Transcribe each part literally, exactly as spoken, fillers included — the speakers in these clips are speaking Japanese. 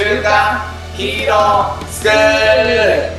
週刊ヒーロースクール。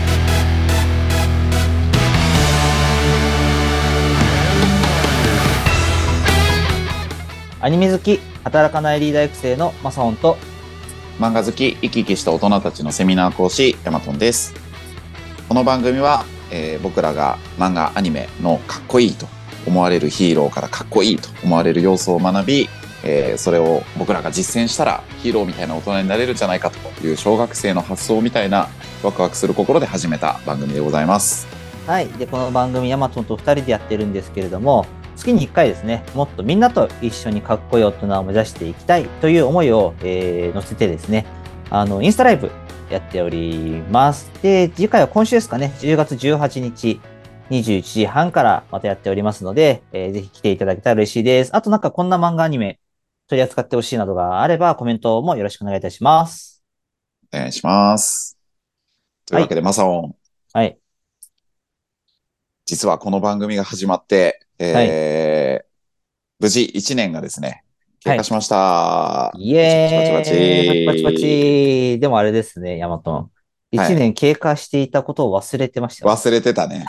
アニメ好き、働かないリーダー育成のマサオンと、 漫画好き、生き生きした大人たちのセミナー講師、ヤマトンです。この番組は、えー、僕らが漫画、アニメのかっこいいと思われるヒーローからかっこいいと思われる要素を学び、えー、それを僕らが実践したらヒーローみたいな大人になれるんじゃないかという小学生の発想みたいなワクワクする心で始めた番組でございます。 はい。で、この番組、ヤマトンとふたりでやってるんですけれども、月にいっかいですね、もっとみんなと一緒にかっこいい大人を目指していきたいという思いを、えー、乗せてですね、あの、インスタライブやっております。で、次回は今週ですかね、じゅうがつじゅうはちにち、にじゅういちじはんからまたやっておりますので、えー、ぜひ来ていただけたら嬉しいです。あとなんかこんな漫画アニメ取り扱ってほしいなどがあればコメントもよろしくお願いいたします。 お願いします。というわけで、はい、マサオン。 はい。 実はこの番組が始まって、えーはい、無事いちねんがですね、経過しました。はい、イエーイパチパチパチ。パチパチパチ。でもあれですね、ヤマトン。いちねん経過していたことを忘れてました、 はい、忘れてたね。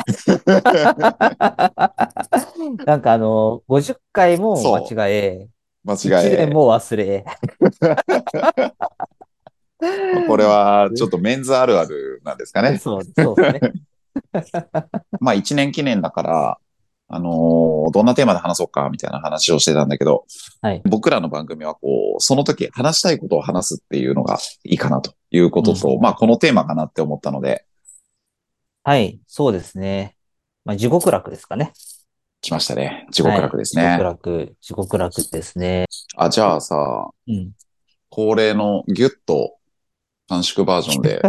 なんかあの、ごじゅっかいも間違え、 間違え。 いちねんも忘れ。 これはちょっとメンズあるあるなんですかね。 そう、そうですね。 まあいちねん記念だから、あのー、どんなテーマで話そうかみたいな話をしてたんだけど、 はい、 僕らの番組はこう、その時話したいことを話すっていうのがいいかなということと、うん、まあこのテーマかなって思ったので。 はい、そうですね。まあ地獄楽ですかね。 来ましたね。地獄楽ですね。はい、 地獄楽、地獄楽ですね。 あ、じゃあさ、うん、恒例のギュッと短縮バージョンで。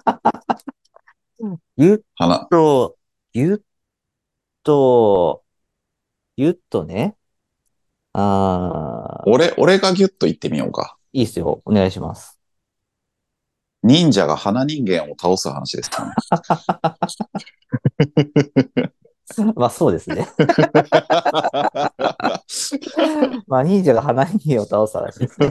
ギュッと、ギュッと、ギュッとね。あ俺、俺がギュッと言ってみようか。 いいっすよ。お願いします。 忍者が花人間を倒す話ですかね。 まあそうですね。まあ忍者が花人間を倒す話ですね。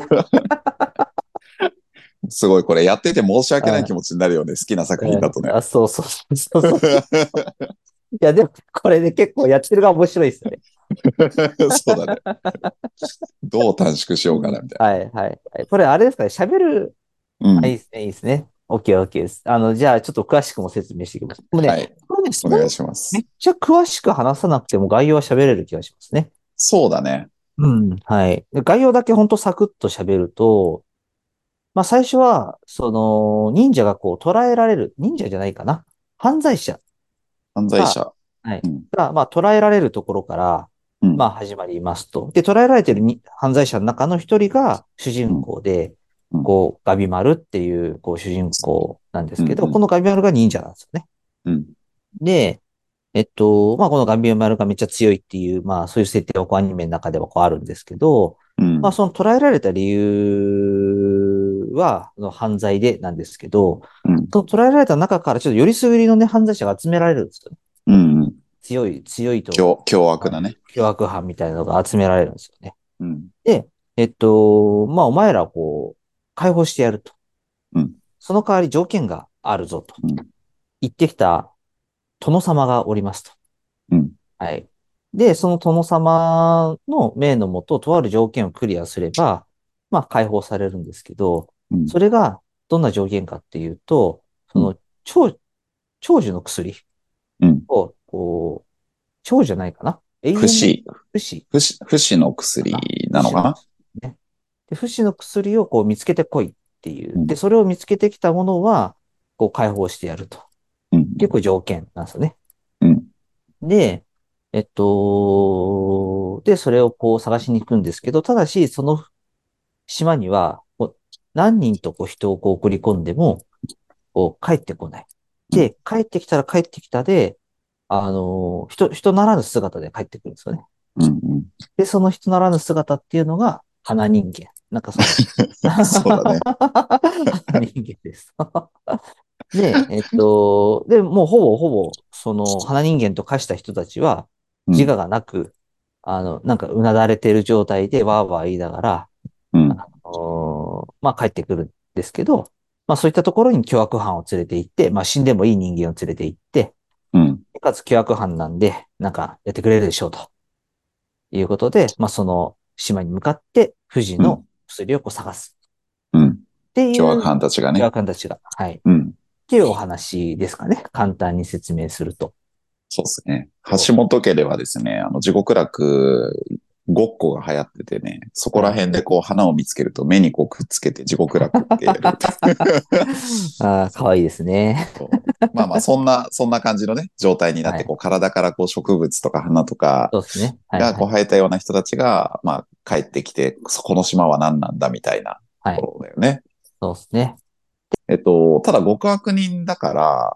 すごい、これやってて申し訳ない気持ちになるよね。好きな作品だとね。 あ、そうそうそうそう。いや、でもこれで、ね、結構やってるが面白いですよね。 そうだね。どう短縮しようかな、みたいな。はいはいはい。これあれですかね、喋る。うん。いいですね、いいですね。OK、OK です。あの、じゃあちょっと詳しくも説明していきます。もうね、 はい。これね、お願いします。 めっちゃ詳しく話さなくても概要は喋れる気がしますね。 そうだね。 うん、はい。概要だけほんとサクッと喋ると、まあ最初は、その、忍者がこう捉えられる、忍者じゃないかな。犯罪者。 犯罪者。 はい。うん、が、まあ捉えられるところから、うん、まあ始まりますと。で、捉えられているに犯罪者の中の一人が主人公で、うん、こう、ガビマルっていう、こう、主人公なんですけど、うんうん、このガビマルが忍者なんですよね。うん、で、えっと、まあ、このガビマルがめっちゃ強いっていう、まあ、そういう設定がこうアニメの中ではこうあるんですけど、うん、まあ、その捉えられた理由は、の犯罪でなんですけど、うん、その捉えられた中からちょっとよりすぐりのね、犯罪者が集められるんですよね。うんうん、強い、強いと。 凶、凶悪なね。 凶悪犯みたいなのが集められるんですよね。うん、で、えっと、まあ、お前らこう、解放してやると。うん、その代わり条件があるぞと。うん、言ってきた殿様がおりますと。うん、はい。で、その殿様の命のもと、とある条件をクリアすれば、まあ、解放されるんですけど、うん、それがどんな条件かっていうと、その、長、長寿の薬を、こう、長じゃないかな不死。 不死。 不死、不死の薬なのかな、 ね、で不死の薬をこう見つけてこいっていう。で、それを見つけてきたものは、こう解放してやると。うん、結構条件なんですよね。うん、で、えっと、で、それをこう探しに行くんですけど、ただし、その島には、何人とこう人をこう送り込んでも、こう帰ってこない。で、帰ってきたら帰ってきたで、あの、人、人ならぬ姿で帰ってくるんですよね。うんうん、で、その人ならぬ姿っていうのが、花人間。なんかその、 そうだね。 花人間です。で、えっと、で、もうほぼほぼ、その、花人間と化した人たちは、自我がなく、うん、あの、なんか、うなだれている状態で、わーわー言いながら、うん、あのー、まあ、帰ってくるですけど、まあそういったところに凶悪犯を連れて行って、まあ死んでもいい人間を連れて行って、 うん。 かつ凶悪犯なんで、なんかやってくれるでしょうということで、まあその島に向かって富士の薬をこう探すうん。 っていう凶悪犯たちがね。 凶悪犯たちが、はい。っうん。 ていうお話ですかね。簡単に説明すると。 そうですね。橋本家ではですね、あの、地獄楽ごっこが流行っててね、そこら辺でこう花を見つけると目にこうくっつけて地獄楽ってやる。 ああ、かわいいですね。 まあまあ、そんな、そんな感じのね、状態になって、 はい。 こう体からこう植物とか花とかそうですね。はい、 がこうはい。 生えたような人たちが、まあ帰ってきて、そこの島は何なんだみたいなはい。 ところだよね。 そうですね。 えっと、ただ極悪人だから、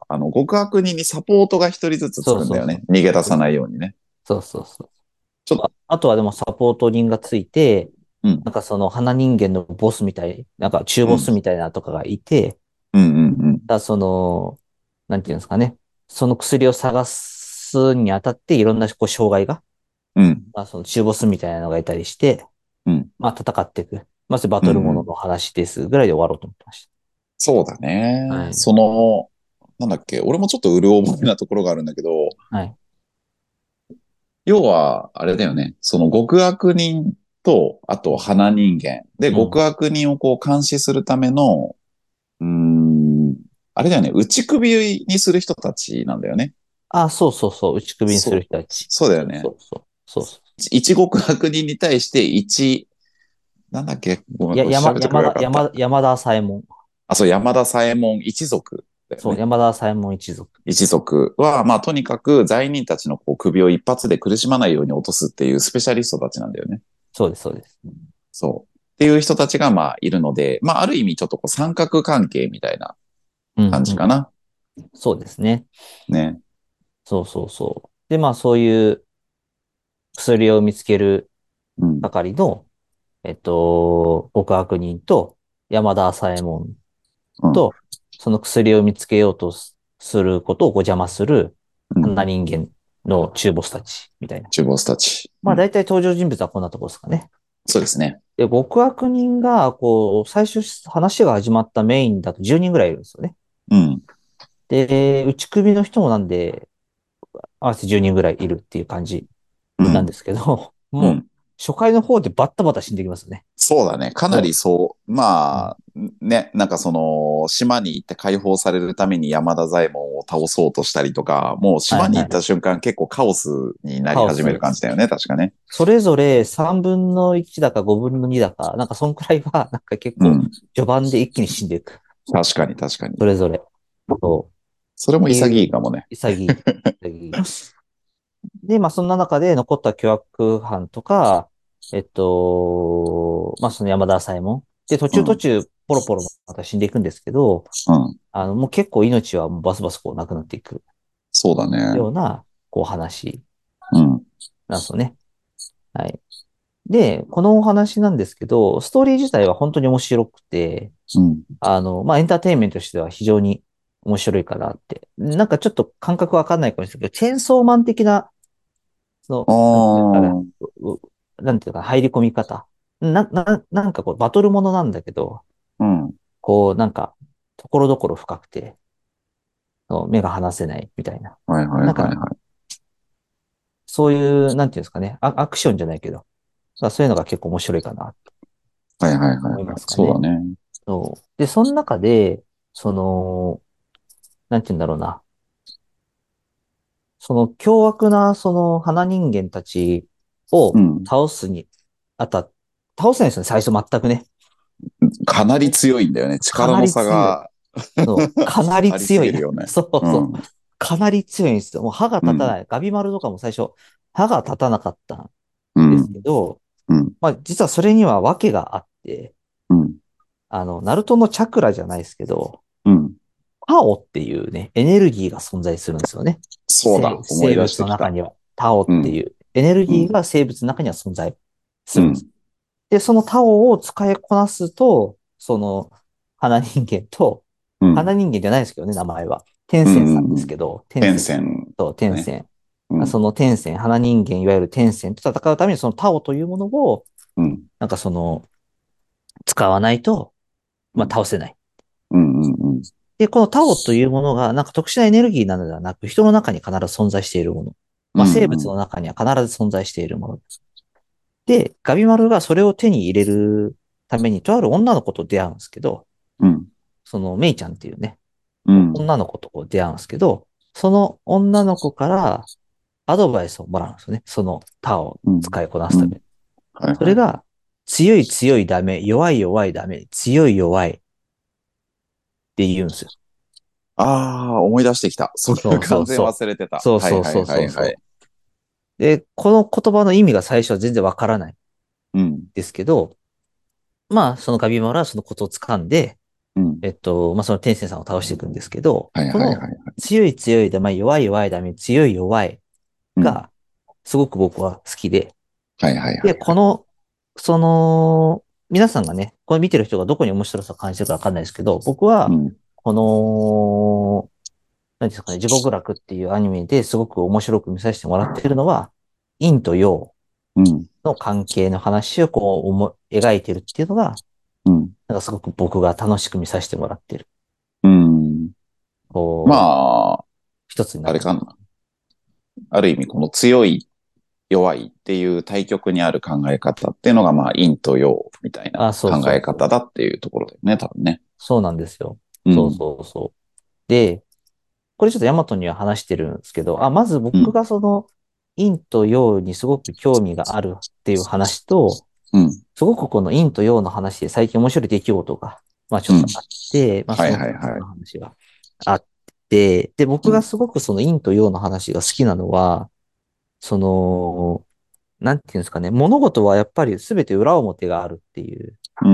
あの、極悪人にサポートが一人ずつつそうそうそくんだよね。逃げ出う。 さないようにね。 そうそうそう。 ちょっと、 あ、あとはでもサポート人がついて、 うん、 なんかその花人間のボスみたい、なんか中うん、 ボスみたいなとかがいて、 うん、うん、うん、 だその、なんていうんですかね。その薬を探すにあたっていろんなこう障害が、 うん、 まあその中ボスみたいなのがいたりして、 うん、 まあ戦っていく。まずバうん、 トルもうん。 のの話ですぐらいで終わろうと思ってましそうだた。 ね。 はい。 その、なんだっけ、俺もちょっとうる覚えなところがあるんだけど、 はい。 要は、あれだよね。その極悪人と、あと花人間。で、 うん。 極悪人をこう監視するための、うーん、あれだよね。打ち首にする人たちなんだよね。 あ、そうそうそう。打ち首にするそう、 人たち。 そうだよそうそね。 うそう。そうそう。 一極悪人に対して一、なんだっけ、ごめん、 や、 これ調山、 べてくれば山田、 よかった。 山、山田左衛門。 あ、そう、山田左衛門一族だよそう、 ね。 山田左衛門一族。 一族は、まあ、とにかく罪人たちのこう首を一発で苦しまないように落とすっていうスペシャリストたちなんだよね。 そうです、そうです。 そう。っていう人たちが、まあ、いるので、まあ、ある意味ちょっとこう三角関係みたいなうん、うん。 感じかな。 そうですね。 ね。 そうそうそう。で、まあ、そういう薬を見つけるうん。 係の、えっと、極悪人と山田左衛門うん。 と、その薬を見つけようとすすることをこう邪魔するうん。 花人間の中ボスたちみたいな。 中ボスたち。うまあ、 ん。 大体登場人物はこんなところですかね。 そうですね。 で、極悪人が、こう、最初話が始まったメインだとじゅうにんぐらいいるんですよね。 うん。 で、打ち首の人もなんで、合わせてじゅうにんぐらいいるっていう感じうん。 なんですけど、もう、 うん。 初回の方でバッタバタ死んできますよね。 そうだね。かなりもそう。 う、うん、 まあ、ね、なんかその、島に行って解放されるために山田左衛門を倒そうとしたりとか、もう島に行ったはいはい。 瞬間結構カオスになりカオ始めるス。 感じだよね。確かね。 それぞれさんぶんのいちだかごぶんのにだか、なんかそんくらいは、なんか結構、 うん。 序盤で一気に死んでいく。 確かに確かに。 それぞれ。そう。 それもっていう、 潔いかもね。 潔い。潔い。で、まあそんな中で残った凶悪犯とか、えっと、まあその山田左衛門。で、途うん。 中途中、ポロポロまた死んでいくんですけど、 うん。 あの、もう結構命はもうバスバスこうなくなっていくそうだね。 ような、こう話うん。 なんですよね。はい。で、このお話なんですけど、ストーリー自体は本当に面白くて、 うん。 あの、まあエンターテインメントとしては非常に面白いかなって。なんかちょっと感覚わかんないかもしれないけど、チェーンソーマン的な、そあの、なんていうかな、 あ。 ううなんていうかな、入り込み方。な、な、なんかこう、バトルものなんだけど、 うん。 こう、なんか、ところどころ深くて、そう目が離せないみたいな。 はいはいなんか、 はいはい。 そういう、なんていうんですかね、ア、アクションじゃないけど、まあそういうのが結構面白いかなとはいはいはい思いはい。 ますかね。 そうだね。 そう。で、その中で、その、なんていうんだろうな、その凶悪な、その花人間たちをうん。 倒すにあたっ、倒せないですよね、最初全くね。 かなり強いんだよね。 かな力のり強い。 差がそう。かなりありす強い。 ぎるよね。 そうそう。 うん。 かなり強いんですよ。もう歯がうん。 立たない。ガビマルとかも最初、歯が立たなかったんですうん。 けど、 うん。 まあ実はそれには訳があって、 うん。 あの、ナルトのチャクラじゃないですけど、 うん。 タオっていうね、エネルギーが存在するんですよね。生、 そうだ。思い出し生物てきた。 の中には。タオっうん。 ていうエネルうん。 ギーが生物の中には存在するんです。 うん。 で、そのタオを使いこなすと、その、花人間と、 うん。 花人間じゃないですけどね、名前は。天うん。 線さんうん。 ですけど、天天線線と天ね。 線。 うん。 その天線、花人間、いわゆる天線と戦うために、そのタオというものを、 うん。 なんかその、使わないと、 まあ倒せない。 うんうんうん。 で、このタオというものがなんか特殊なエネルギーなのではなく、人の中に必ず存在しているもの。まあ生物の中には必ず存在しているもの。で、ガビマルがそれを手に入れるために、とある女の子と出会うんですけど、 うん。 そのメイちゃんっていうね、 うん。 女の子とこう出会うんですけど、その女の子からアドバイスをもらうんですよね。そのタを使いこなすために。 はいはい。 それが、強い強いダメ、弱い弱いダメ、強い弱いって言うんですよ。 ああ、思い出してきた。それそうそ完全うそう。 忘れてた。 そうはいはいそうそうはいはい。 そうそう。で、この言葉の意味が最初は全然わからないんうん。 ですけど、まあ、そのガビマラはそのことを掴んで、 うん。 えっと、まあ、その天性さんを倒していくんですけど、 はいこのはいはい。 強い強いで、まあ、弱い弱いダメ、強い弱いうん。 が、すごく僕は好きで、 はいはいはで、 いはい。 この、その、皆さんがね、これ見てる人がどこに面白さを感じるかわかんないですけど、僕は、 うん。 この、何ですかね、地獄楽っていうアニメですごく面白く見させてもらっているのは、陰と陽うん。 の関係の話をこう思い描いてるっていうのが、 うん。 なんかすごく僕が楽しく見させてもらってる。 うん。 こう、 まあ、 一つになってる。 あれかな。ある意味、この強い、弱いっていう対極にある考え方っていうのが、まあ、陰と陽みたいなあ、そう考そうそう。 え方だっていうところだよね、多分ね。 そうなんですよ。そううん。 そうそう。で、これちょっとヤマトには話してるんですけど、あ、まず僕うん。 がその陰と陽にすごく興味があるっていう話と、 うん。 すごくこの陰と陽の話で最近面白い出来事が、まあちょうん。 っとあって、まあはいその二つはいはい。 の話があって、で、僕うん。 がすごくその陰と陽の話が好きなのは、その、なんていうんですかね、物事はやっぱり全て裏表があるっていう、 うん。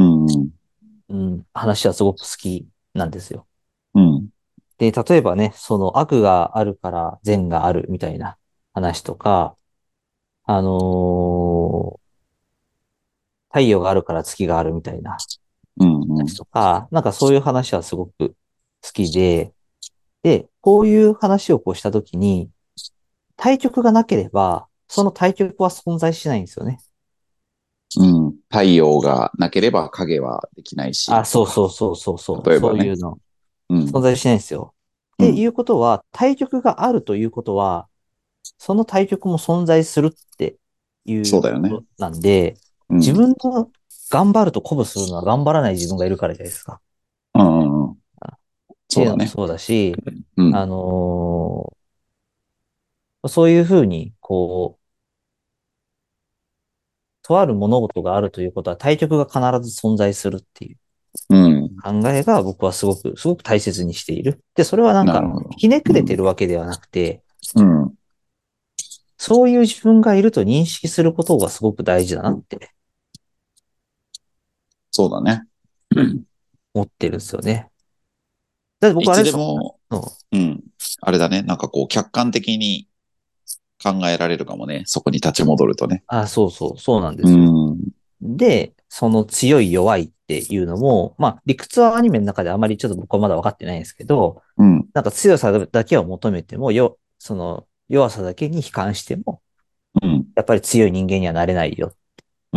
うん、話はすごく好きなんですよ。 うん。 で、例えばね、その悪があるから善があるみたいな話とか、あのー太陽があるから月があるみたいなうん。うん。 話とか、なんかそういう話はすごく好きで、で、こういう話をこうしたときに、対極がなければ、その対極は存在しないんですよね。 うん。太陽がなければ影はできないあ、 し、とか。 そうそうそうそうそう、 例えばね。 そういうのうん。 存在しないんですよ。っていうん。 うことは、対極があるということは、その対極も存在するっていうこそうだよね。 となんで、自うん。 分の頑張ると鼓舞するのは頑張らない自分がいるからじゃないですか。 うんうんうん。 ってそうだね。 いうのもそうだし、あうん。 のーそういうふうに、こう、とある物事があるということは対極が必ず存在するっていううん。 考えが僕はすごく、すごく大切にしている。で、それはなんか、 なるほど。 ひねくれてうん。 るわけではなくて、 うん。 そういう自分がいると認識することがすごく大事だなってそうだね。うん。 思ってるんですよね。だって僕いつあれですでも、 もん。 うん。あれだね。なんかこう、客観的に考えられるかもね。そこに立ち戻るとね。 あ、そうそう、そうなんでうすよ。 ん。 で、その強い弱いっていうのも、まあ理屈はアニメの中であまりちょっと僕はまだ分かってないんですけど、 うん。 なんか強さだけを求めても、よ、その弱さだけに悲観しても、 うん。 やっぱり強い人間にはなれないよっうん。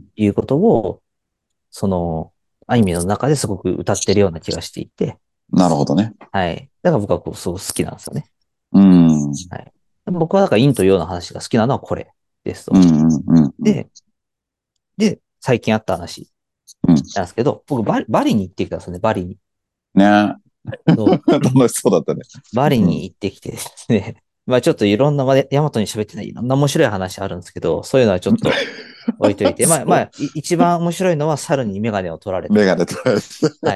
ていうことを、そのアニメの中ですごく歌ってるような気がしていて、 なるほどね。 はい。だから僕はこう、すごく好きなんですよね。 うん。うん。 はい。僕はだから陰と陽の話が好きなのはこれですと。 うん。うん。 で、で、最近あった話うん。 なんですけど、僕バリ、バリに行ってきたんですよね、バリに。 ね。 そう、 楽しそうだったね。 バリうん。 に行ってきてですね。まあちょっといろんなまで、ヤマトに喋ってないいろんな面白い話あるんですけど、そういうのはちょっと置いといて、まあまそあ、い一番面白いのは猿にメガネを取られう。メた。 ガネ取られて。 はい。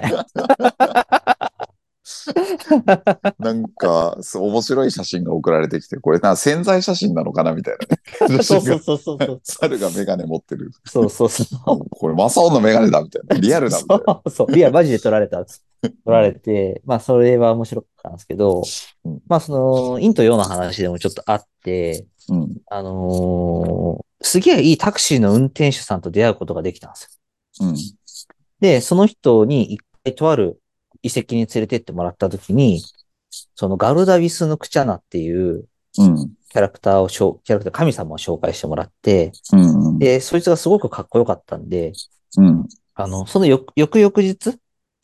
なんか、そう、面白い写真が送られてきて、これな、潜在写真なのかなみたいなね。写真が、 そうそうそうそうそう。 猿がメガネ持ってる。 そうそうそこれ、マサオのメガネだみたいな。 う。 リアルだみたいそうそう。いや、マジで取られたんです。 な。 取られて、まあそれは面白かったんですけど、 うん。 まあその、陰と陽の話でもちょっとあって、 うん。 あのーすげえいいタクシーの運転手さんと出会うことができたんですよ。 うん。 で、その人に一回とある遺跡に連れてってもらったときに、そのガルダウィス・ヌクチャナっていううん。 キャラクターをしょう、キャラクター、神様を紹介してもらって、 うん。 で、そいつがすごくかっこよかったんで、 うん。 あの、その翌、翌々日、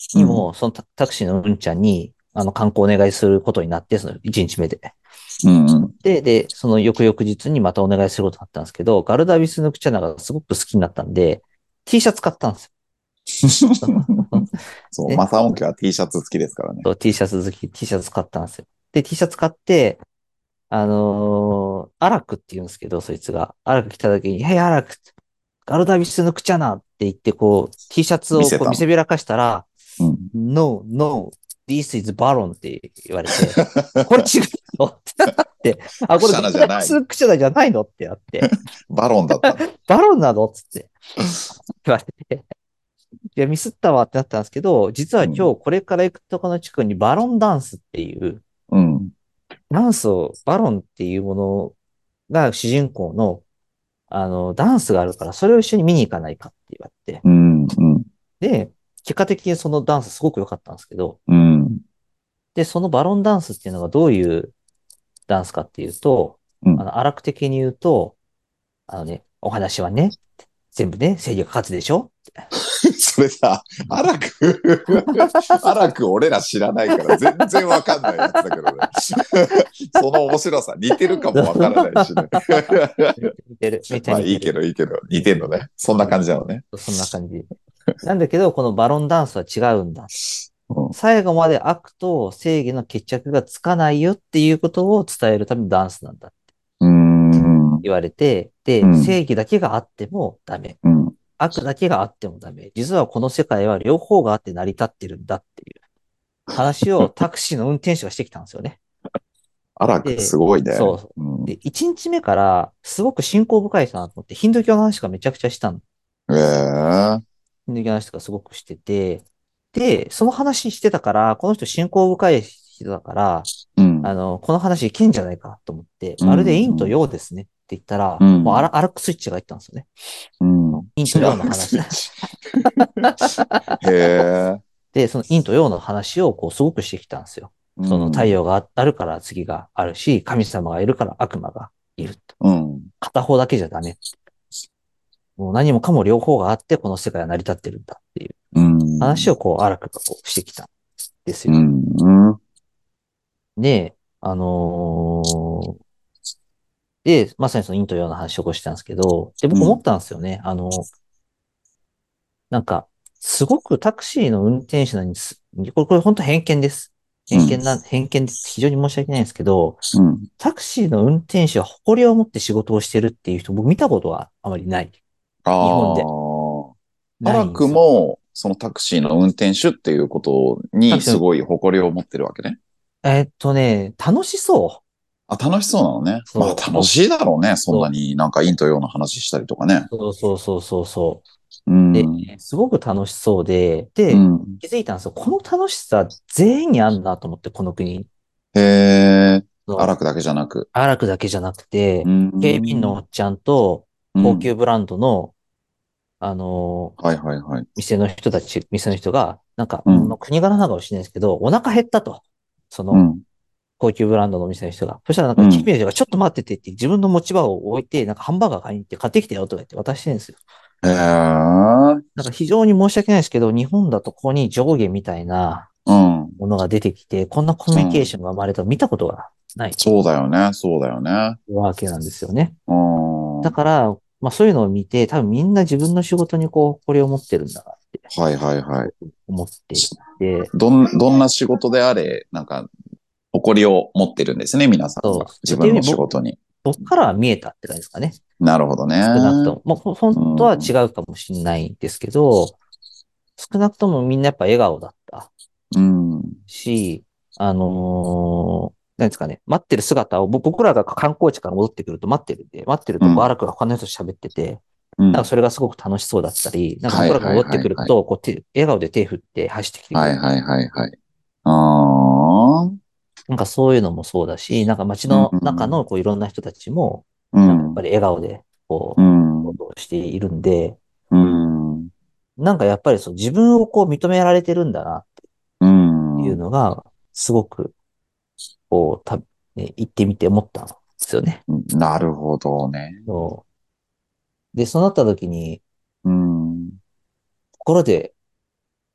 にも、そのタタクシーのうんちゃんに、あの、観光お願いすることになって、そのいちにちめで。 うんうん。 で、で、その翌々日にまたお願いすることになったんですけど、ガルダビスのクチャナがすごく好きになったんで、T シャツ買ったんですよ。 そう、 ね、 マサオン家は T シャツ好きですからね。 そう T シャツ好き、T シャツ買ったんですよ。で、T シャツ買って、あのーアラクって言うんですけど、そいつが。アラク来た時に、ヘイアラク、ガルダビスのクチャナって言って、こう、T シャツ見せたの。 をこう見せびらかしたら、 うん。 No, no, this is Baron って言われて、これ違うのってなって、あ、これクシャガルダビナじゃない。 スクチャナじゃないのってなって、 バロンだったんだ。 バロンなのっつって言われて、いや、ミスったわってなったんですけど、実はうん。 今日これから行くとこの地区にバロンダンスっていう、 うん。 ダンスを、バロンっていうものが主人公の、あの、ダンスがあるから、それを一緒に見に行かないかって言われて。 うん。うん。 で、結果的にそのダンスすごく良かったんですけど、 うん。 で、そのバロンダンスっていうのがどういうダンスかっていうと、 うん。 あの、荒く的に言うと、あのね、お話はね、全部ね、正義が勝つでしょ。 それさ、アラク、アラク俺ら知らないから全然わかんないやつだけどね。その面白さ、似てるかもわからないしね。 似てる。めっちゃまあ似てる。 いいけどいいけど、似てんのね。そんな感じなのね。 そんな感じ。なんだけど、このバロンダンスは違うんだ。 うん。 最後まで悪と正義の決着がつかないよっていうことを伝えるためのダンスなんだってうーん。う言われて、で、 ん。 正義だけがあってもダメ。 うん。 悪だけがあってもダメ。実はこの世界は両方があって成り立ってるんだっていう話をタクシーの運転手がしてきたんですよね。 アラクすで、 ごいね。 そう。 うん。 で、一日目からすごく信仰深い人だなと思って、ヒンドゥー教の話がめちゃくちゃしたの。 ええ。 ヒンドゥー教の話とかすごくしてて、で、その話してたから、この人信仰深い人だから、 うん。 あの、この話いけんじゃないかと思って、 うまるで陰とん。 陽ですねって言ったら、 うん。 もうアラ、アラックスイッチが入ったんですよね。 うん。 陰と陽アラクの話。 スイッチ。へえ。 で、その陰と陽の話をこうすごくしてきたんですよ。 うその太ん。 陽があるから次があるし、神様がいるから悪魔がいると。 うん。 片方だけじゃダメ。もう何もかも両方があってこの世界は成り立ってるんだっていううん。 話をこう、アラクがこうしてきたんですうよ。 ん。 で、あのーで、まさにその陰と陽の話をこうしたんですけど、で、僕思ったんですよね。あの、なんか、すごくタクシーの運転手なんです。これ、これ本当偏見です。偏見な、偏見で非常に申し訳ないんですけど、 うん。 タクシーの運転手は誇りを持って仕事をしてるっていう人、僕見たことはあまりない。日本で。 ああ。アラクないんですよ。 も、そのタクシーの運転手っていうことにすタクシーの、 ごい誇りを持ってるわけね。 えーっとね、楽しそう。 あ、楽しそうなのね。まあそう、 楽しいだろうね。そんなそになんか陰と陽の話したりとかね。 う、そうそうそうそうそう。 うで、 ん。 すごく楽しそうで、で、 うん。 気づいたんですよ。この楽しさ全員にあんなと思って、この国。 へえ。アそう、 ラクだけじゃなく。 アラクだけじゃなくうて、警備員のん。 おっちゃんと、 うん。 高級ブランドの、あのーはいはいはい。 店の人たち、店の人が、なんか、 うん。 もう国柄なのかもしれないですけど、お腹減ったと。その、 うん。 高級ブランドのお店の人が。そしたらなんか、警うん。 備員の人がちょっと待っててって、自分の持ち場を置いて、なんかハンバーガー買いに行って買ってきてよとか言って渡してるんですよ。 へえ。 なんか非常に申し訳ないですけど、日本だとここに上下みたいなうん。 ものが出てきて、こんなコミュニケーうん。 ションが生まれたの見たことがないそうだよね。そうだよね。 わけなんですよね。 うん。はだから、まあそういうのを見て、多分みんな自分の仕事にこう、誇りを持ってるんだなっていはいはい。 思っていして、 どん、どんな仕事であれ、なんか、誇りを持ってるんですね、皆さんそう。 が。自分のっていうふうに僕、 仕事に。 僕からは見えたって感じですかね。 なるほどね。 少なくとも。まあ、ほ本うん。 当は違うかもしれないんですけど、少なくともみんなやっぱ笑顔だったうん。 し、あのーなんですかね、待ってる姿を、ぼ僕らが観光地から戻ってくると待ってるんで、待ってるとこう、 うん。 荒くが他の人と喋ってて、 うん。 なんかそれがすごく楽しそうだったり、なんかはいはい僕らが戻ってはいはい。 くると、こう手、笑顔で手振って走ってきてくれる。 はいはいはいはい。ああ。 なんかそういうのもそうだし、なんか街うの中ん。 のこういろんな人たちも、なんかやっぱうん。 り笑顔で、 うこう、行ん。 動しているんで、 うん。 なんかやっぱりそう自分をこう認められてるんだなうっていうん。 のが、すごく、こう、た、ね、行ってみて思ったんですよね。 なるほどね。 そうで、そうなった時に、 うん。 ところで、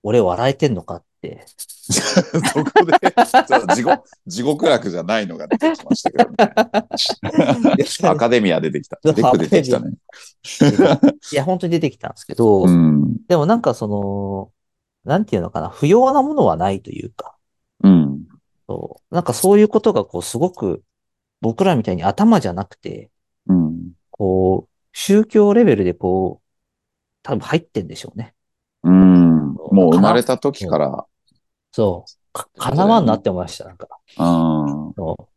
俺笑えてんのかって。 そこで、ちょっと地獄、地獄楽じゃないのが出てきましたけどね。アカデミア出てきた。結構出てきたね。 いや、本当に出てきたんですけど、うん、でもなんかその、なんていうのかな、不要なものはないというか、 うん、 そう、なんかそういうことがこう、すごく僕らみたいに頭じゃなくて、 うん、 こう、宗教レベルでこう、多分入ってんでしょうね。 うん、もう生まれた時から。 そう。か、かなわんなって思いました、なんか。 うん、 そう。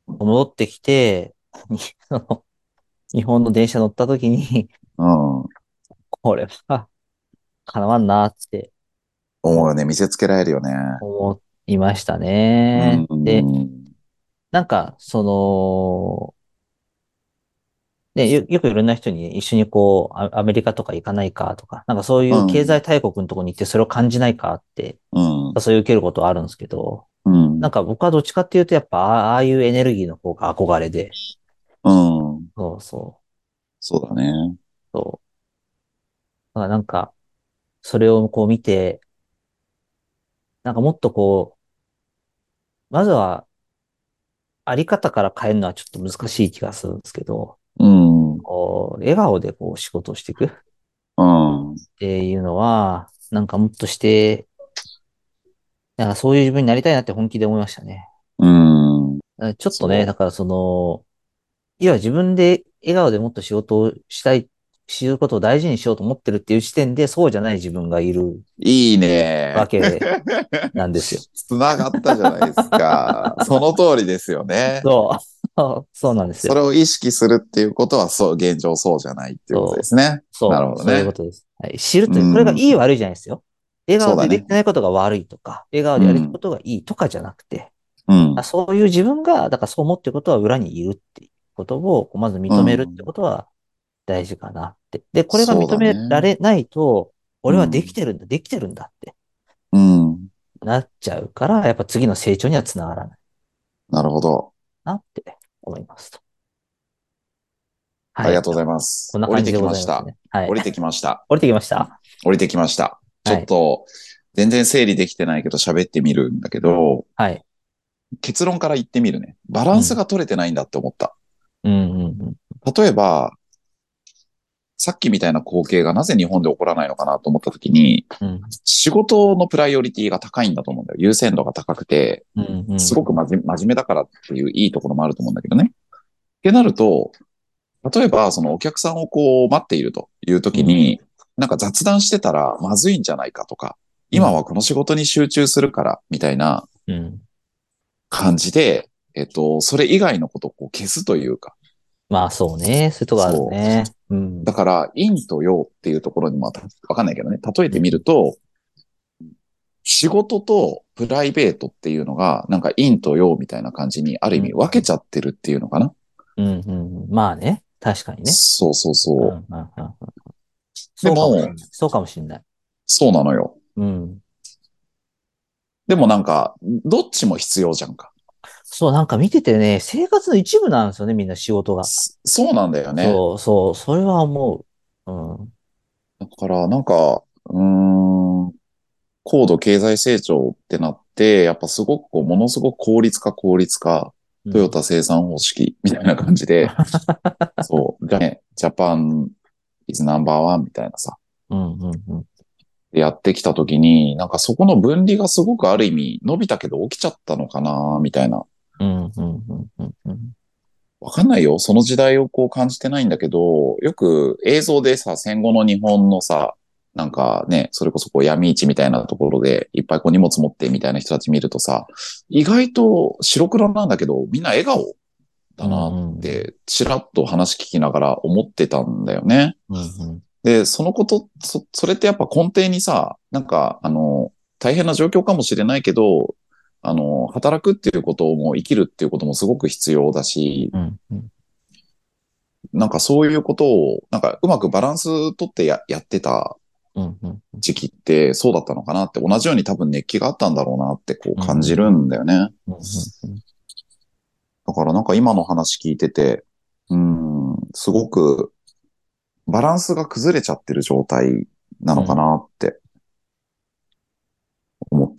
戻ってきて、日本の電車乗った時に、 うん、 これは、かなわんなって、 思うよね。見せつけられるよね。 思いましたうね。で、 ん、 なんか、その、ね、よ、よくいろんな人に一緒にこう、アアメリカとか行かないかとか、なんかそういう経済大国のところに行ってそれを感じないかって、 うん、 誘い受けることはあるんですけど、 うん、 なんか僕はどっちかっていうとやっぱあああいうエネルギーの方が憧れで、 うん、 そうそう、 そうだね。 そう。だからなんか、それをこう見て、なんかもっとこう、まずはあり方から変えるのはちょっと難しい気がするんですけど、 うん、うん、 こう、笑顔でこう仕事をしていくっうん、 ていうのは、なんかもっとして、なんかそういう自分になりたいなって本気で思いましたね。 うん、 ちょっとね、だそからその、いや自分で笑顔でもっと仕事をしたい、することを大事にしようと思ってるっていう時点でそうじゃない自分がいるう。いいね。 わけなんですよ。 つながったじゃないですか。その通りですよね。 そう。そうなんそう。 ですよ。 それを意識するっていうことは、そう、現状そうじゃないっていうことでそう。 すね。なるそう。そういうこほどね。 とです。はい。知るうという、これがいいん。 悪いじゃないですよ。笑顔でできそうだね。 てないことが悪いとか、笑顔でやれるうん。 ことがいいとかじゃなくて、あ、 うん。 そういう自分が、だからそう思ってることは裏にいるっていうことを、まずう認めるってん。 ことは大事かなって。で、これが認そうだめらね。 れないと、俺はできうん。 てるんだ、できてるんだってうん。 なっちゃうから、やっぱ次の成長にはつながらないなるほど。 なって思いますと。はい。 ありがとうございます。降りてこんな感じできました。 ございますね。はい。 降りてきました。 降りてきました。 降りてきました。ちょはい。 っと、全然整理できてないけど喋ってみるんだけど、 はい。 結論から言ってみるね。バランスうん。 が取れてないんだって思った。 うん、うん、うん。 例えば、さっきみたいな光景がなぜ日本で起こらないのかなと思った時に、 うん、 仕事のプライオリティが高いんだと思うんだよ。優先度が高くて、 うん、うん。 すごく真面真面目だからっていういいところもあると思うんだけどね。ってなると、例えばそのお客さんをこう待っているといううん、 時に、なんか雑談してたらまずいんじゃないかとか、 うん、 今はこの仕事に集中するからみたいなうん。 感じで、えっと、それ以外のことをこう消すというか、 まあそうね。そういうとこあるそう。 ね。うん。 だから、陰と陽っていうところにもわかんないけどね、例えてみるうん、 と、仕事とプライベートっていうのが、なんか陰と陽みたいな感じに、あるうん、 意味分けちゃってるっていうのかな。 うん、うん。まあね。確かにね。 そうそううん、 そうん、うん。うん。 う。でそうかもしれも、 ない。そうかもしれない。 そうなのよ。 うん。 でもなんか、どっちも必要じゃんか。 そう、なんか見ててね、生活の一部なんですよね、みんな仕事が。 そそうなんだよね。 そう、そう、それは思う。うん。 だから、なんか、うーん、高度経済成長ってなって、やっぱすごくこう、ものすごく効率化効率化、トヨうん。 タ生産方式みたいな感じで、そう、じゃあね、ジャパン is number one みたいなさ、 うん、うん、うん。 やってきたときに、なんかそこの分離がすごくある意味伸びたけど起きちゃったのかな、みたいな。 うん、うん、うん、うん。うん。 わかんないよ。その時代をこう感じてないんだけど、よく映像でさ、戦後の日本のさ、なんかね、それこそこう闇市みたいなところでいっぱいこう荷物持ってみたいな人たち見るとさ、意外と白黒なんだけど、みんな笑顔うん、 だなっうん。 て、ちらっと話聞きながら思ってたんだよね。 うん、うん。 で、そのこと、そ、それってやっぱ根底にさ、なんか、あの、大変な状況かもしれないけど、あの、働くっていうことも生きるっていうこともすごく必要だし、 うん、うん。 なんかそういうことを、なんかうまくバランス取ってや、やってたうん、うん。 時期ってそうだったのかなって、同じように多分熱気があったんだろうなってこううん、 感じるんだよね。 うん。うん。 だからなんか今の話聞いてて、うん、すごくバランスが崩れちゃってる状態なのかうん。 なって。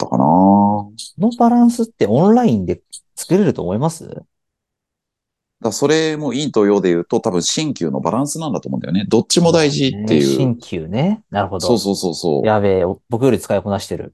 ったかな。 このバランスってオンラインで作れると思います？ だそれも陰と陽で言うと多分新旧のバランスなんだと思うんだよね。どっちも大事ってね、 いう。 新旧ね。なるほど。 そうそうそうそう。 やべえ、僕より使いこなしてる。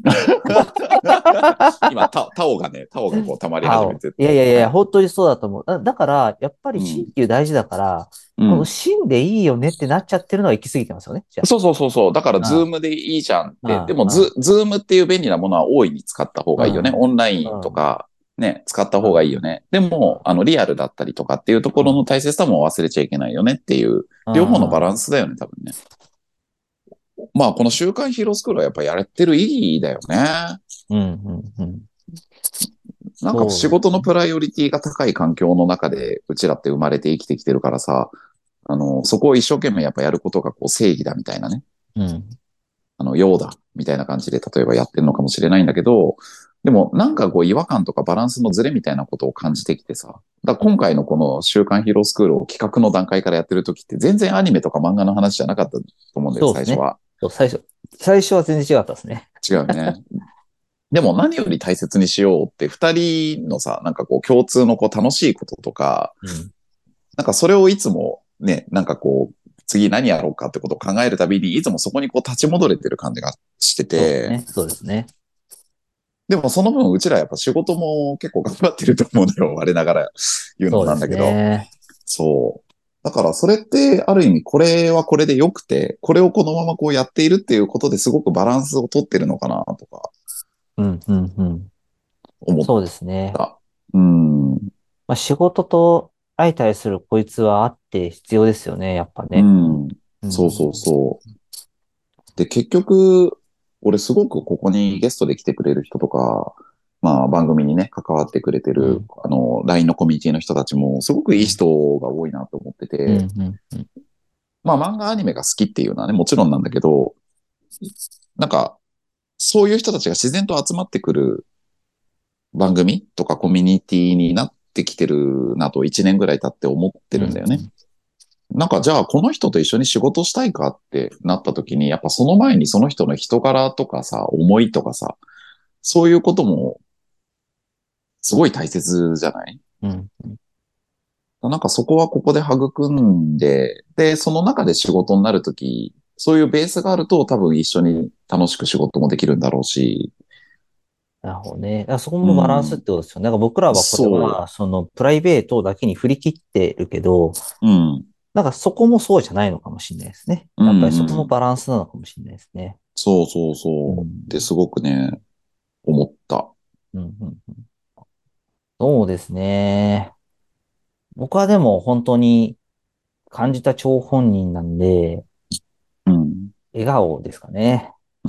今、タ、タオがね、タオがこう溜まりあお。 始めてて。 いやいやいや、 はい。 本当にそうだと思う。だ、だから、やっぱり新うん。 旧大事だから、このうん。 新でいいよねってなっちゃってるのは行き過ぎてますよね。じゃそうそうそうそう。だから、ズーあ。 ムでいいじゃんっうん、 て。でも、 うん、 ズ、ズームっていう便利なものは大いに使った方がいいよね。 うん、 オンラインとうん、 か、ね、使ったうん、 方がいいよね。でも、あの、リアルだったりとかっていうところの大切さも忘れちゃいけないよねっていう、 う両方のバラん、 ンスだよね、多分ね。まあ、この週刊ヒーロースクールはやっぱやれてる意義だよね。 うん、うん、うん。 なんかそうですね。 仕事のプライオリティが高い環境の中で、うちらって生まれて生きてきてるからさ、あの、そこを一生懸命やっぱやることがこう正義だみたいなね。 うん。 あの、ようだ、みたいな感じで、例えばやってるのかもしれないんだけど、でもなんかこう違和感とかバランスのズレみたいなことを感じてきてさ、だから今回のこの週刊ヒーロースクールを企画の段階からやってる時って全然アニメとか漫画の話じゃなかったと思うんだよ、 そうですね。 最初は。 そう、最初。最初は全然違かったですね。 違うよね。でも何より大切にしようって二人のさ、なんかこう共通のこう楽しいこととか、 うん。 なんかそれをいつもね、なんかこう、次何やろうかってことを考えるたびに、いつもそこにこう立ち戻れてる感じがしてて、 そうですね。そうですね。 でもその分うちらやっぱ仕事も結構頑張ってると思うんだよ。我ながら言うのもそうですなんだけど。 ね。 そう。だからそれってある意味これはこれで良くて、これをこのままこうやっているっていうことですごくバランスをとってるのかなとかうん、うん、うん。 思っそうですね。 た。うん。 まあ、仕事と相対するこいつはあって必要ですよね。やっぱうね。 ん。 うん。 そうそうそう。で、結局、俺すごくここにゲストで来てくれる人とか、まあ番組にね、関わってくれてる、 うん。 あの、ライン のコミュニティの人たちも、すごくいいうん。 人が多いなと思ってうん。 て、 うん。うん。 まあ漫画アニメが好きっていうのはね、もちろんなんだけど、なんか、そういう人たちが自然と集まってくる番組とかコミュニティになってきてるなといちねんぐらい経って思ってうん。 るんだよね。なんかじゃあこの人と一緒に仕事したいかってなった時に、やっぱその前にその人の人柄とかさ、思いとかさ、そういうこともすごい大切じゃない？ うん。 なんかそこはここで育んで、で、その中で仕事になるとき、そういうベースがあると多分一緒に楽しく仕事もできるんだろうし、 なるほどね。だからそこうもバランスっん、 てことですよね。なんか僕らはこれそは、そのプライベートだけに振り切ってるけど、 う、うん、 なんかそこもそうじゃないのかもしれないですね。 うん、 やっぱりそこうん、 もバランスなのかもしれないですね。 そうそううそう、ってん。 すごくね、思った。 うん。うん。そうですね。僕はでも本当に感じた張本人なんで、 うん、 笑顔ですかね。 うん、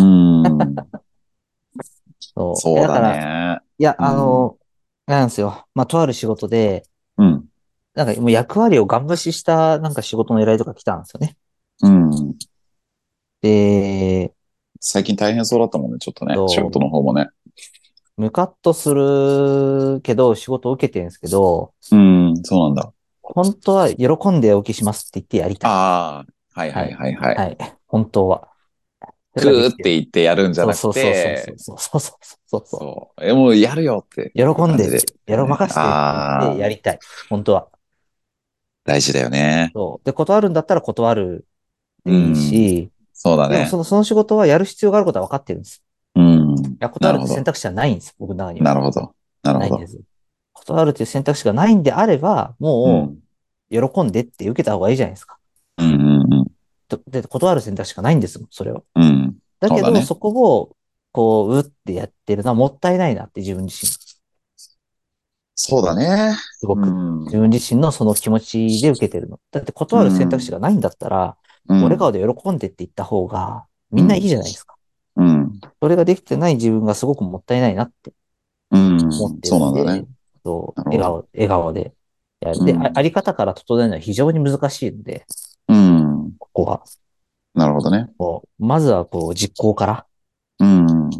そう。えそうだだから、 ね。 いや、 うん、 あの、なんですよ。まあ、とある仕事で、 うん、 なんかもう役割をガン無視したなんか仕事の依頼とか来たんですよね。 うん。 で、 最近大変そうだったもんね、ちょっとね、仕事のそう、 方もね。 ムカッとするけど、仕事を受けてるんですけど、 うん、そうなんだ。 本当は喜んでお受けしますって言ってやりたい。 ああ、はいはいはい。 はいはい。 はい。本当は。それくができてる。 ーって言ってやるんじゃそうなくそうそうそうそて、 うそうそうそうそそう。え、もうやるよってう。喜いう感じで。 んでって、やろ、任せてって言ってああ、 やりたい。本当は。 大事だよね。 そう。で、断るんだったら断るうでいいん。 し、 そうだね。 でもその、その仕事はやる必要があることは分かってるんです。 うん。 いや、断るって選なるほど。 択肢はないんです。僕の中には。 なるほど。なるほど。 ないんです。断るっていう選択肢がないんであれば、もうん。 う、喜んでって受けた方がいいじゃないですか。 うんうんうん。 とで、断る選択肢がないんですもん、それは。 うん。 だけど、 そうだね。 そこを、こう、うってやってるのはもったいないなって自分自身、すそうだね。 ごく。 うん。 自分自身のその気持ちで受けてるの。だってう断る選択肢ん。 がないんだったら、 うん。 笑顔で喜んでって言った方が、みんないいうん。 じゃないですか。 うん。 それができてない自分がすごくもったいないなってうん。 思ってそうなんだね。 るんで、そう、 なるほど。 笑顔、笑顔でやる。で、あ、 うん。 あり方から整えるのは非常に難しいので、 うん。 ここは。 なるほどね。 こう、まずはこう、実行からうん。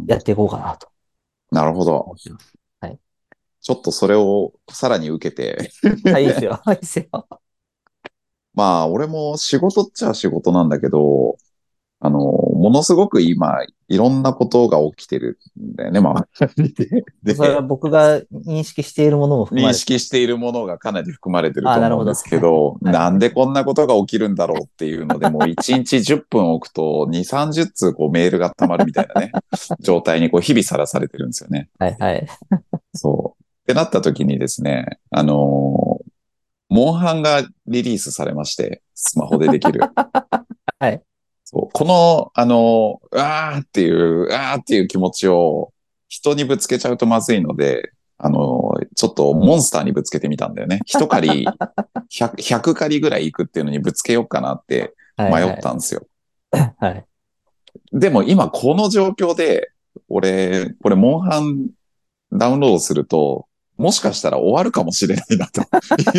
やっていこうかなとなるほど。 思ってます。はい。 ちょっとそれをさらに受けてはい、いいですよ。いいですよ。 まあ、俺も仕事っちゃ仕事なんだけど、あの、 ものすごく今、いろんなことが起きてるんだよね、まあ。で、 それは僕が認識しているものも含まれて認識しているものがかなり含まれてるああ、 となるほど。 思うんですけど、 はいなんでこんなことが起きるんだろうっていうので、もういちにちじゅっぷん置くとに、さんじゅっ通こうメールが溜まるみたいなね、状態にこう日々さらされてるんですよね。 はいはい。 そう。ってなった時にですね、あのーモンハンがリリースされまして、スマホでできる。 はい。 そうこの、あの、うわーっていう、うわーっていう気持ちを人にぶつけちゃうとまずいので、あの、ちょっとモンスターにぶつけてみたんだよね。一狩り、ひゃく、ひゃく狩りぐらい行くっていうのにぶつけようかなって迷ったんですよ。 はい。 でも今この状況で、俺、これモンハンダウンロードすると、もしかしたら終わるかもしれないなと。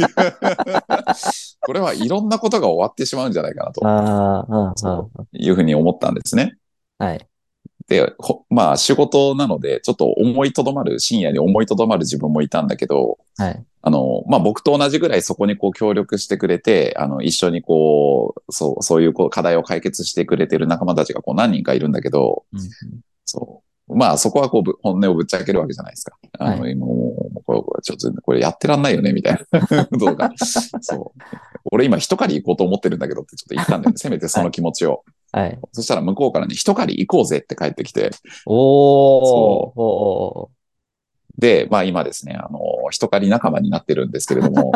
これはいろんなことが終わってしまうんじゃないかなと。 ああ、 そういうふうに思ったんですね。 はい。 で、まあ仕事なので、ちょっと思いとどまる、深夜に思いとどまる自分もいたんだけど、 はい。 あの、まあ僕と同じぐらいそこにこう協力してくれて、あの、一緒にこう、そう、そういうこう課題を解決してくれてる仲間たちがこう何人かいるんだけど、 うん、 そう。まあそこはこう本音をぶっちゃけるわけじゃないですか。あの、 はい、 今もう、これ、ちょっとこれやってらんないよね、みたいな。どうか。そう。俺今一狩り行こうと思ってるんだけどってちょっと言ったんだよね。せめてその気持ちを。 はい。 そしたら向こうからね、一狩り行こうぜって帰ってきて。 おー。 そう。 おー。 で、まあ今ですね、あの、一狩り仲間になってるんですけれども、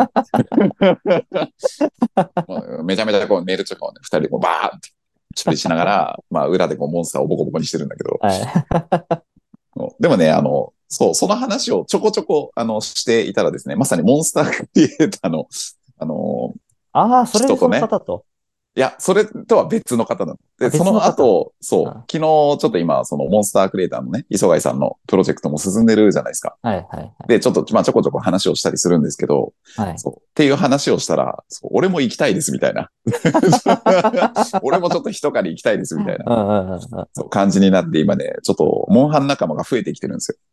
めちゃめちゃこうメールとかをね、二人でこうバーって処理しながら、まあ裏でこうモンスターをボコボコにしてるんだけど、 はい。 でもね、あの、そう、その話をちょこちょこ、あの、していたらですね、まさにモンスタークリエイターの、あの、 ああ、それでその人とね、 方と。 いや、それとは別の方なの。で、その別の方。 後、そう、 あ昨日ちょっと今、そのモンスタークリエイターのね、磯貝さんのプロジェクトも進んでるじゃないですか。 はいはいはい。 で、ちょっと、まあちょこちょこ話をしたりするんですけど、 はい。 そう、っていう話をしたら、そう俺も行きたいですみたいな。俺もちょっと一狩り行きたいですみたいな、 うんうんうんうん。 そう感じになって今ね、ちょっと、モンハン仲間が増えてきてるんですよ。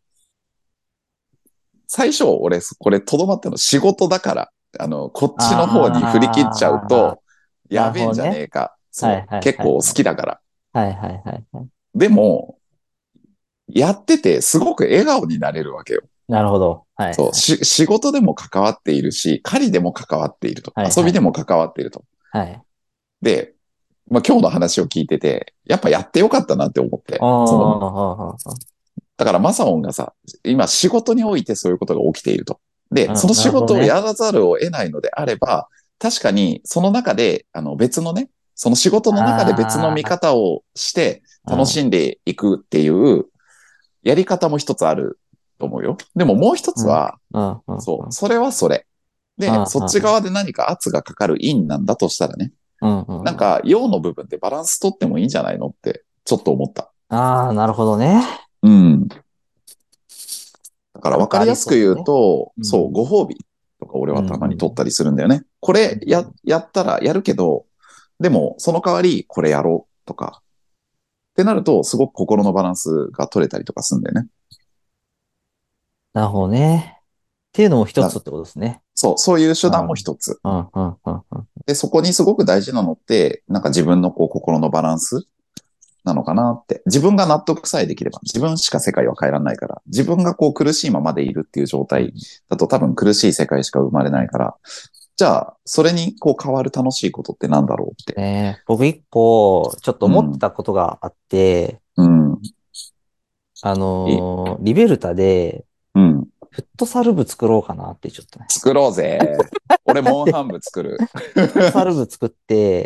最初、俺、これ、とどまったの仕事だから、あの、こっちの方に振り切っちゃうと、やべえんじゃねえか。そう、 はいはいはい、 結構好きだから。 はいはいはいはい。 でも、やってて、すごく笑顔になれるわけよ。 なるほど。はい。 そう、し、仕事でも関わっているし、狩りでも関わっていると。 はいはい、 遊びでも関わっていると。 はい。 で、まあ、今日の話を聞いてて、やっぱやってよかったなって思って。そのだからマサオンがさ、今仕事においてそういうことが起きていると。で、その仕事をやらざるを得ないのであれば、ね、確かにその中で、あの別のね、その仕事の中で別の見方をして楽しんでいくっていうやり方も一つあると思うよ。でももう一つは、そう、それはそれ。で、そっち側で何か圧がかかる因なんだとしたらね、なんか陽の部分でバランス取ってもいいんじゃないのってちょっと思った。 ああ、なるほどね。 うん。だから分かりやすく言うと、そう、ご褒美とか俺はたまに取ったりするんだよね。これや、やったらやるけど、でもその代わりこれやろうとか、ってなるとすごく心のバランスが取れたりとかするんだよね。 なるほどね。っていうのも一つってことですね。 そう、そういう手段も一つ。で、そこにすごく大事なのって、なんか自分のこう心のバランスなのかなって。自分が納得さえできれば、自分しか世界は変えられないから、自分がこう苦しいままでいるっていう状態だと多分苦しい世界しか生まれないから、じゃあ、それにこう変わる楽しいことってなんだろうって。 ね、僕一個、ちょっと思ったことがあって、 うん。うん、 あのー、リベルタで、 うん。 フットサル部作ろうかなってちょっとね。 作ろうぜ。俺、モンハン部作る。 フットサル部作って、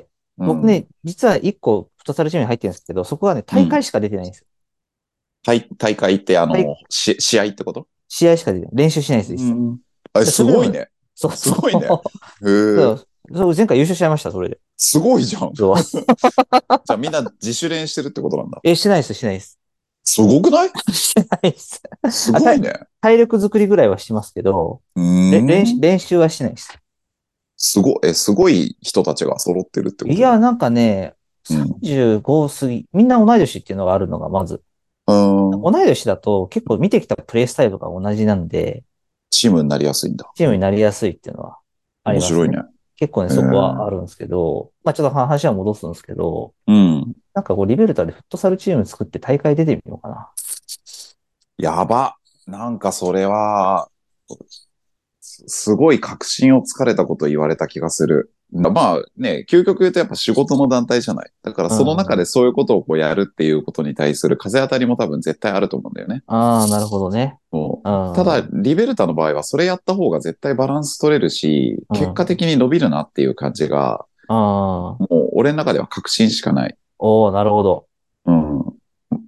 僕ね、うん、実は一個フットサルチームに入ってるんですけど、そこはね、大会しか出てないんですよ。 うん、大会って、あの、し試合ってこと？ 試合しか出てない。練習しないです、一切。うん、 あ、すごいね。 そう、 すごいね。へそうそう前回優勝しちゃいました、それで。 すごいじゃん。じゃあみんな自主練してるってことなんだ。 え、してないです、してないです。 すごくない？ してないです。 すごいね。 体力作りぐらいはしてますけど、練練習はしてないです。 すごい、え、すごい人たちが揃ってるってこと？ いや、なんかね、さんじゅうご過ぎ、うん、みんな同い年っていうのがあるのがまず。 うん、 同い年だと結構見てきたプレイスタイルが同じなんで、 チームになりやすいんだ。 チームになりやすいっていうのはあります、ね。 面白いね。 結構ね、そこはあるんですけど、まあちょっと話は戻すんですけど、 うん。 なんかこう、リベルタでフットサルチーム作って大会出てみようかな。 やば。なんかそれは、すすごい確信をつかれたことを言われた気がする。まあね、究極言うとやっぱ仕事の団体じゃない。だからその中でそういうことをこうやるっていうことに対する風当たりも多分絶対あると思うんだよね。 ああ、なるほどね。 そううん。 ただ、リベルタの場合はそれやった方が絶対バランス取れるし、 うん結果的に伸びるなっていう感じが、 ああ、 もう俺の中では確信しかない。 おおなるほど。 うん。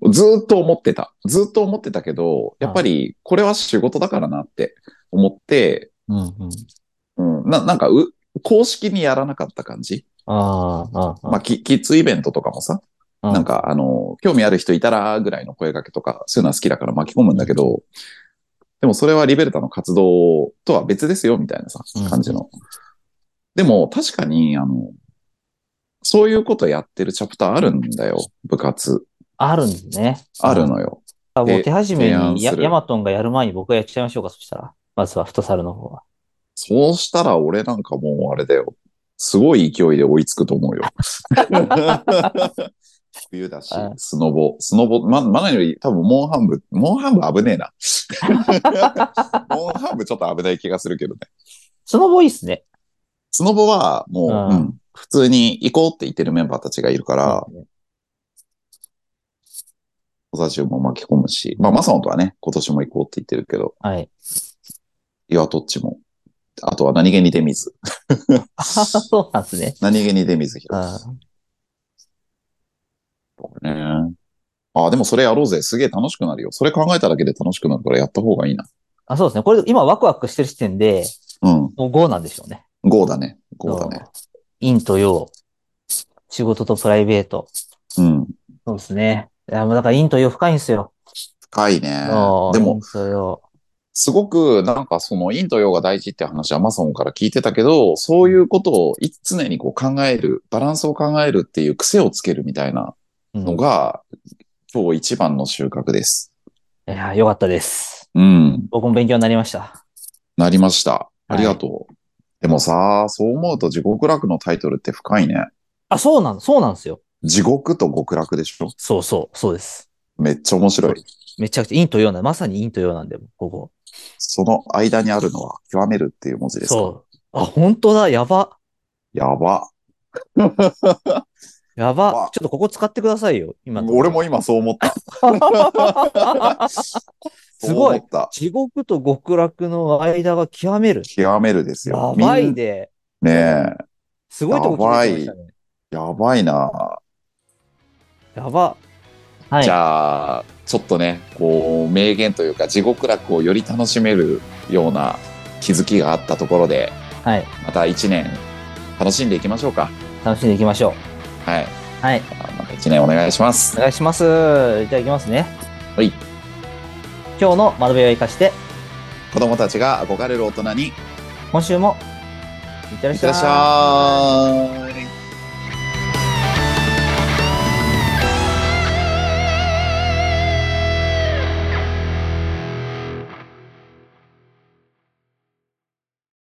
ずーっと思ってた。ずーっと思ってたけど、やっぱりこれは仕事だからなって思って、 うん、うん。 うん、ななんかう、公式にやらなかった感じ。 ああ、ああ、 まあ、キキッズイベントとかもさ、 ああなんか、あの、興味ある人いたらぐらいの声掛けとか、そういうのは好きだから巻き込むんだけど、でもそれはリベルタの活動とは別ですよ、みたいなさ、感じの。でも、確かに、あの、そういうことやってるチャプターあるんだよ、部活。 あるんですね。 あるのよ。 あ、もう手で、 始め提案にヤ、 する。 ヤマトンがやる前に僕がやっちゃいましょうか、そしたら。まずはフットサルの方は。 そうしたら俺なんかもうあれだよ。すごい勢いで追いつくと思うよ。冬だしあ、 スノボ、スノボ、ま、まだより多分モンハンブ、モンハンブ危ねえな。モンハンブちょっと危ない気がするけどね。 スノボいいっすね。 スノボはもう、 ううんん、普通に行こうって言ってるメンバーたちがいるから、小座中も巻き込むし、まあ、マサオンとはね、今年も行こうって言ってるけど、 はい。 岩戸っちも。あとは何気に出水。 あそうなんですね。 何気に出水う広ん。 くね。あ、でもそれやろうぜ。すげえ楽しくなるよ。それ考えただけで楽しくなるからやった方がいいな。 あ、そうですね。これ今ワクワクしてる時点で、 うん。 もうゴーなんでしょうね。 ゴーだね。ゴーだね。 陰と陽。仕事とプライベート。 うん。 そうですね。いや、もうだから陰と陽深いんですよ。 深いね。 おでも、 陰と陽。 すごくなんかその陰と陽が大事って話はマサオンから聞いてたけど、そういうことをい常にこう考える、バランスを考えるっていう癖をつけるみたいなのが、今日一番の収穫です。 いや、よかったです。 うん。 僕も勉強になりました。 なりました。ありがとう。はい、でもさ、そう思うと地獄楽のタイトルって深いね。 あ、そうなん、そうなんですよ。 地獄と極楽でしょ？ そうそう、そうです。 めっちゃ面白い。 めちゃくちゃ陰と陽なん、まさに陰と陽なんで、ここ。 その間にあるのは極めるっていう文字ですか？ そう。あ、本当だ、やば。 やば。 やば。ちょっとここ使ってくださいよ。今。 俺も今そう思った。 すごい。地獄と極楽の間が極める。 極めるですよ。 やばいで。 ねえ。 すごいとこ聞いてましたね。 やばいな。 やば。はい。 じゃあ、ちょっとね、こう、名言というか、地獄楽をより楽しめるような気づきがあったところで、 はい。 また一年楽しんでいきましょうか。 楽しんでいきましょう。はい。 はい。 また一年お願いします。 お願いします。じゃあ行きますね。 はい。 今日の学びを生かして、 子供たちが憧れる大人に、 今週もいってらっしゃい。 いってらっしゃい。